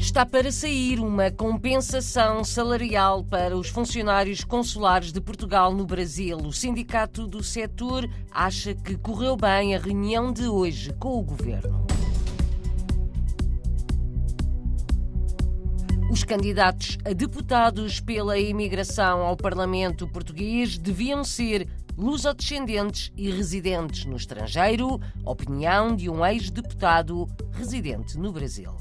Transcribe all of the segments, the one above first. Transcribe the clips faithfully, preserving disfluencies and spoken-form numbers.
Está para sair uma compensação salarial para os funcionários consulares de Portugal no Brasil. O sindicato do setor acha que correu bem a reunião de hoje com o governo. Os candidatos a deputados pela imigração ao Parlamento português deviam ser lusodescendentes e residentes no estrangeiro, opinião de um ex-deputado residente no Brasil.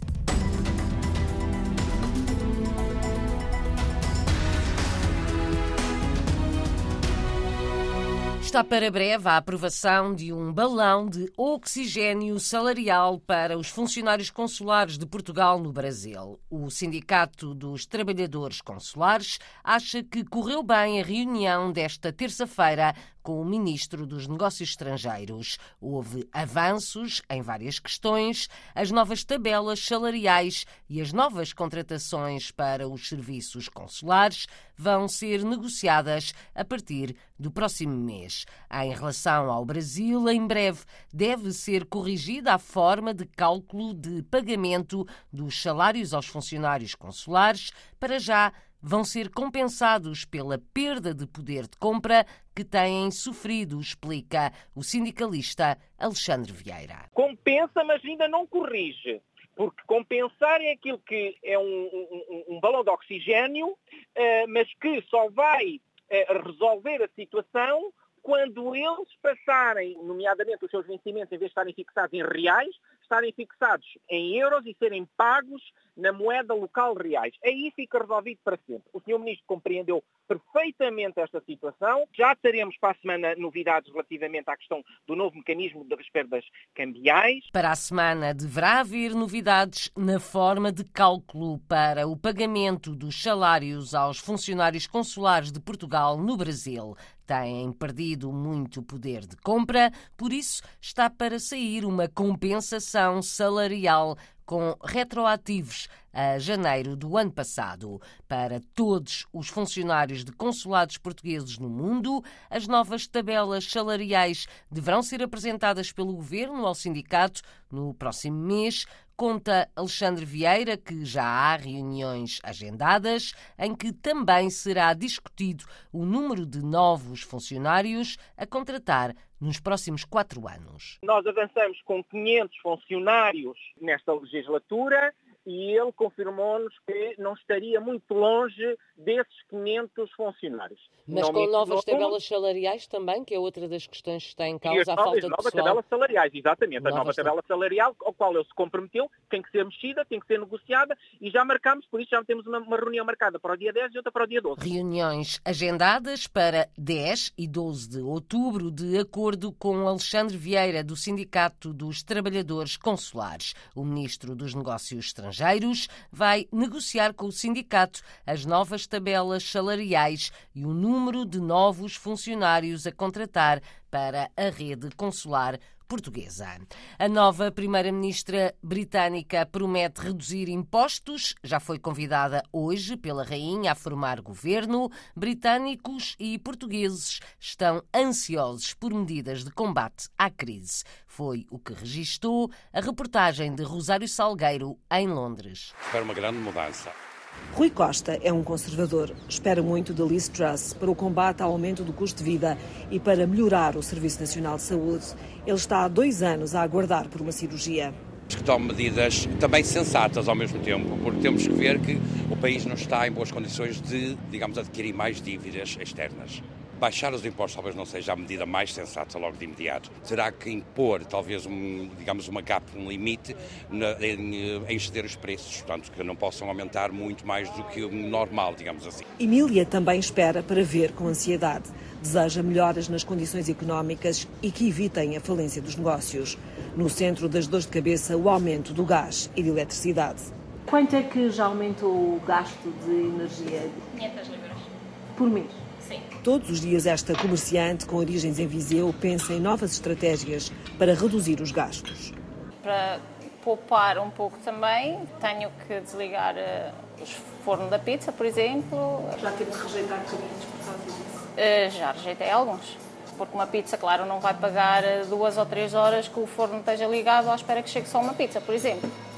Está para breve a aprovação de um balão de oxigênio salarial para os funcionários consulares de Portugal no Brasil. O Sindicato dos Trabalhadores Consulares acha que correu bem a reunião desta terça-feira com o Ministro dos Negócios Estrangeiros. Houve avanços em várias questões, as novas tabelas salariais e as novas contratações para os serviços consulares vão ser negociadas a partir do próximo mês. Em relação ao Brasil, em breve deve ser corrigida a forma de cálculo de pagamento dos salários aos funcionários consulares. Para já, vão ser compensados pela perda de poder de compra que têm sofrido, explica o sindicalista Alexandre Vieira. Compensa, mas ainda não corrige. Porque compensar é aquilo que é um, um, um balão de oxigênio, mas que só vai resolver a situação quando eles passarem, nomeadamente os seus vencimentos, em vez de estarem fixados em reais, estarem fixados em euros e serem pagos na moeda local reais. Aí fica resolvido para sempre. O senhor Ministro compreendeu perfeitamente esta situação. Já teremos para a semana novidades relativamente à questão do novo mecanismo das perdas cambiais. Para a semana deverá haver novidades na forma de cálculo para o pagamento dos salários aos funcionários consulares de Portugal no Brasil. Têm perdido muito poder de compra, por isso está para sair uma compensação salarial com retroativos a janeiro do ano passado. Para todos os funcionários de consulados portugueses no mundo, as novas tabelas salariais deverão ser apresentadas pelo Governo ao sindicato no próximo mês. Conta Alexandre Vieira que já há reuniões agendadas em que também será discutido o número de novos funcionários a contratar nos próximos quatro anos. Nós avançamos com quinhentos funcionários nesta legislatura e ele confirmou-nos que não estaria muito longe desses quinhentos funcionários. Mas não com novas não... tabelas salariais também, que é outra das questões que está em causa, a falta de pessoal. As novas tabelas salariais, exatamente. Novas a nova tabela salarial ao qual ele se comprometeu tem que ser mexida, tem que ser negociada e já marcamos, por isso já temos uma, uma reunião marcada para o dia dez e outra para o dia doze. Reuniões agendadas para dez e doze de outubro, de acordo com Alexandre Vieira, do Sindicato dos Trabalhadores Consulares. O Ministro dos Negócios Estrangeiros vai negociar com o sindicato as novas tabelas salariais e o número de novos funcionários a contratar para a rede consular portuguesa. A nova primeira-ministra britânica promete reduzir impostos. Já foi convidada hoje pela rainha a formar governo. Britânicos e portugueses estão ansiosos por medidas de combate à crise. Foi o que registou a reportagem de Rosário Salgueiro em Londres. Espero uma grande mudança. Rui Costa é um conservador. Espera muito de Liz Truss para o combate ao aumento do custo de vida e para melhorar o Serviço Nacional de Saúde. Ele está há dois anos a aguardar por uma cirurgia. Que tomam medidas também sensatas ao mesmo tempo, porque temos que ver que o país não está em boas condições de, digamos, adquirir mais dívidas externas. Baixar os impostos talvez não seja a medida mais sensata logo de imediato. Será que impor talvez, um, digamos, uma gap, um limite na, em, em exceder os preços, portanto, que não possam aumentar muito mais do que o normal, digamos assim. Emília também espera para ver com ansiedade. Deseja melhoras nas condições económicas e que evitem a falência dos negócios. No centro das dores de cabeça, o aumento do gás e de eletricidade. Quanto é que já aumentou o gasto de energia? quinhentas libras. Por mês? Sim. Todos os dias esta comerciante com origens em Viseu pensa em novas estratégias para reduzir os gastos. Para poupar um pouco também, tenho que desligar uh, os fornos da pizza, por exemplo. Já teve de rejeitar clientes por causa disso? Uh, já rejeitei alguns. Porque uma pizza, claro, não vai pagar duas ou três horas que o forno esteja ligado à espera que chegue só uma pizza, por exemplo.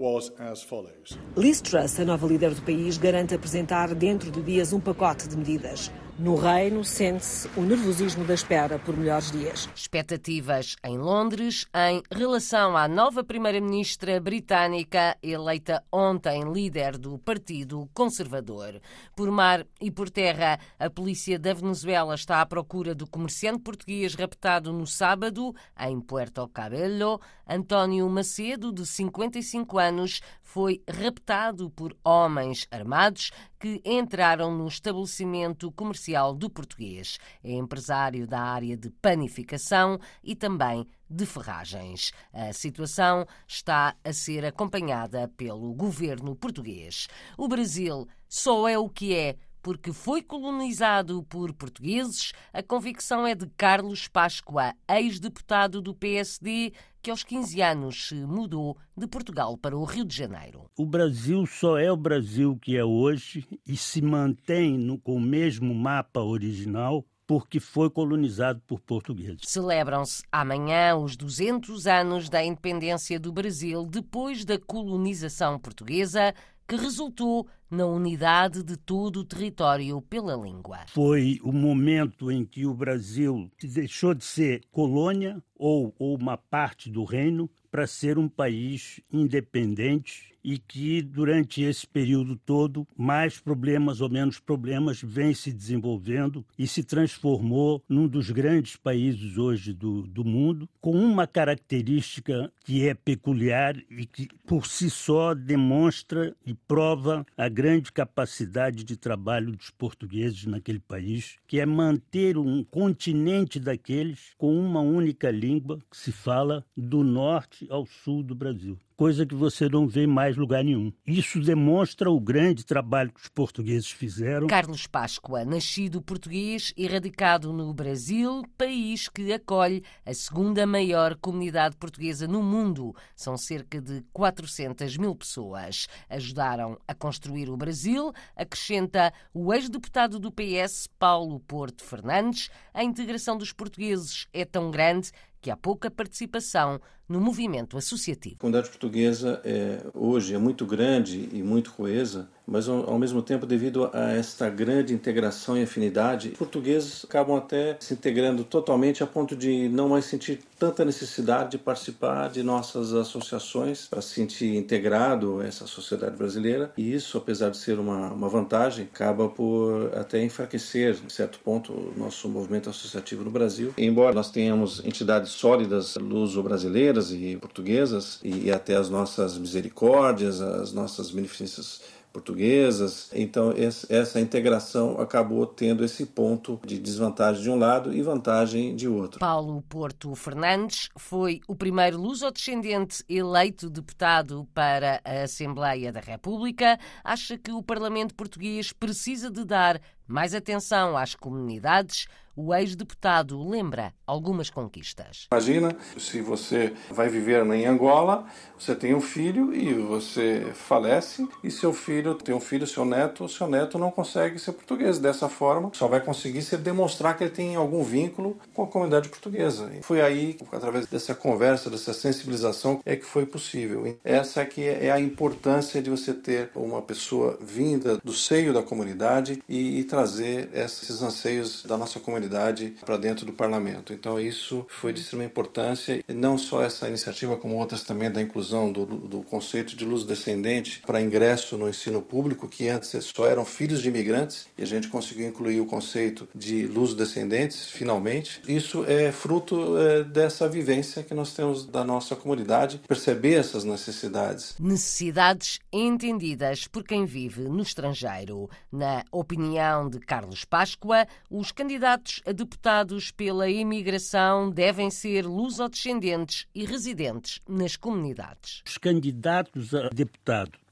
was as follows. Liz Truss, a nova líder do país, garante apresentar dentro de dias um pacote de medidas. No Reino, sente-se o nervosismo da espera por melhores dias. Expectativas em Londres em relação à nova primeira-ministra britânica, eleita ontem líder do Partido Conservador. Por mar e por terra, a polícia da Venezuela está à procura do comerciante português raptado no sábado, em Puerto Cabello. António Macedo, de cinquenta e cinco anos, foi raptado por homens armados que entraram no estabelecimento comercial do português. É empresário da área de panificação e também de ferragens. A situação está a ser acompanhada pelo governo português. O Brasil só é o que é porque foi colonizado por portugueses. A convicção é de Carlos Páscoa, ex-deputado do P S D, que aos quinze anos se mudou de Portugal para o Rio de Janeiro. O Brasil só é o Brasil que é hoje e se mantém no, com o mesmo mapa original porque foi colonizado por portugueses. Celebram-se amanhã os duzentos anos da independência do Brasil depois da colonização portuguesa, que resultou na unidade de todo o território pela língua. Foi o momento em que o Brasil deixou de ser colônia ou, ou uma parte do reino para ser um país independente e que, durante esse período todo, mais problemas ou menos problemas vêm se desenvolvendo e se transformou num dos grandes países hoje do, do mundo, com uma característica que é peculiar e que, por si só, demonstra e prova a grande capacidade de trabalho dos portugueses naquele país, que é manter um continente daqueles com uma única língua que se fala do norte ao sul do Brasil. Coisa que você não vê em mais lugar nenhum. Isso demonstra o grande trabalho que os portugueses fizeram. Carlos Páscoa, nascido português e radicado no Brasil, país que acolhe a segunda maior comunidade portuguesa no mundo. São cerca de quatrocentas mil pessoas. Ajudaram a construir o Brasil, acrescenta o ex-deputado do P S, Paulo Porto Fernandes. A integração dos portugueses é tão grande que há pouca participação no movimento associativo. A comunidade portuguesa é, hoje é muito grande e muito coesa, mas ao mesmo tempo, devido a esta grande integração e afinidade, os portugueses acabam até se integrando totalmente a ponto de não mais sentir tanta necessidade de participar de nossas associações para se sentir integrado a essa sociedade brasileira. E isso, apesar de ser uma, uma vantagem, acaba por até enfraquecer, em certo ponto, o nosso movimento associativo no Brasil. E, embora nós tenhamos entidades sólidas luso-brasileiras e portuguesas, e, e até as nossas misericórdias, as nossas beneficências portuguesas, então essa integração acabou tendo esse ponto de desvantagem de um lado e vantagem de outro. Paulo Porto Fernandes foi o primeiro luso-descendente eleito deputado para a Assembleia da República. Acha que o Parlamento português precisa de dar mais atenção às comunidades. O ex-deputado lembra algumas conquistas. Imagina se você vai viver em Angola, você tem um filho e você falece, e seu filho tem um filho, seu neto, seu neto não consegue ser português. Dessa forma, só vai conseguir se demonstrar que ele tem algum vínculo com a comunidade portuguesa. E foi aí, através dessa conversa, dessa sensibilização, é que foi possível. Essa que é a importância de você ter uma pessoa vinda do seio da comunidade e, e trazer esses anseios da nossa comunidade para dentro do parlamento. Então isso foi de extrema importância, e não só essa iniciativa, como outras também da inclusão do, do conceito de luso-descendente para ingresso no ensino público, que antes só eram filhos de imigrantes, e a gente conseguiu incluir o conceito de luso-descendentes, finalmente. Isso é fruto é, dessa vivência que nós temos da nossa comunidade, perceber essas necessidades. Necessidades entendidas por quem vive no estrangeiro. Na opinião de Carlos Páscoa, os candidatos a deputados pela imigração devem ser luso-descendentes e residentes nas comunidades. Os candidatos a deputado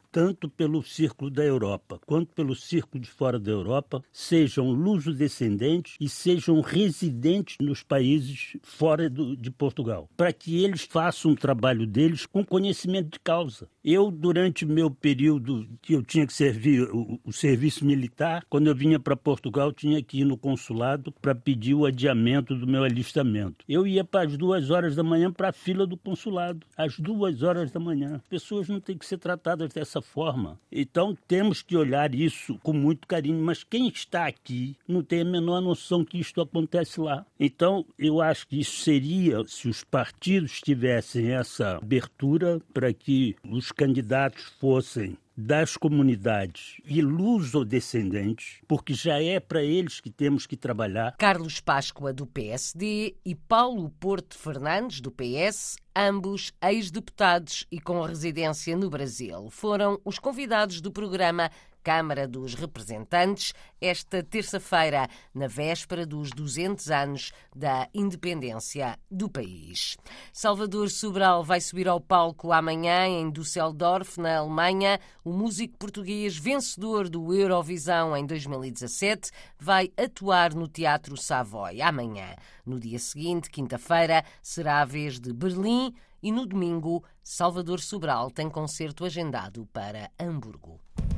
tanto pelo círculo da Europa quanto pelo círculo de fora da Europa, sejam luso-descendentes e sejam residentes nos países fora do, de Portugal, para que eles façam o trabalho deles com conhecimento de causa. Eu, durante meu período que eu tinha que servir o, o serviço militar, quando eu vinha para Portugal, tinha que ir no consulado para pedir o adiamento do meu alistamento. Eu ia para as duas horas da manhã para a fila do consulado, às duas horas da manhã. As pessoas não têm que ser tratadas dessa forma. Então, temos que olhar isso com muito carinho, mas quem está aqui não tem a menor noção que isto acontece lá. Então, eu acho que isso seria, se os partidos tivessem essa abertura para que os candidatos fossem das comunidades e luso-descendentes, porque já é para eles que temos que trabalhar. Carlos Páscoa, do P S D, e Paulo Porto Fernandes, do P S, ambos ex-deputados e com residência no Brasil, foram os convidados do programa Câmara dos Representantes esta terça-feira, na véspera dos duzentos anos da independência do país. Salvador Sobral vai subir ao palco amanhã em Düsseldorf, na Alemanha. O músico português vencedor do Eurovisão em dois mil e dezassete vai atuar no Teatro Savoy amanhã. No dia seguinte, quinta-feira, será a vez de Berlim e no domingo, Salvador Sobral tem concerto agendado para Hamburgo.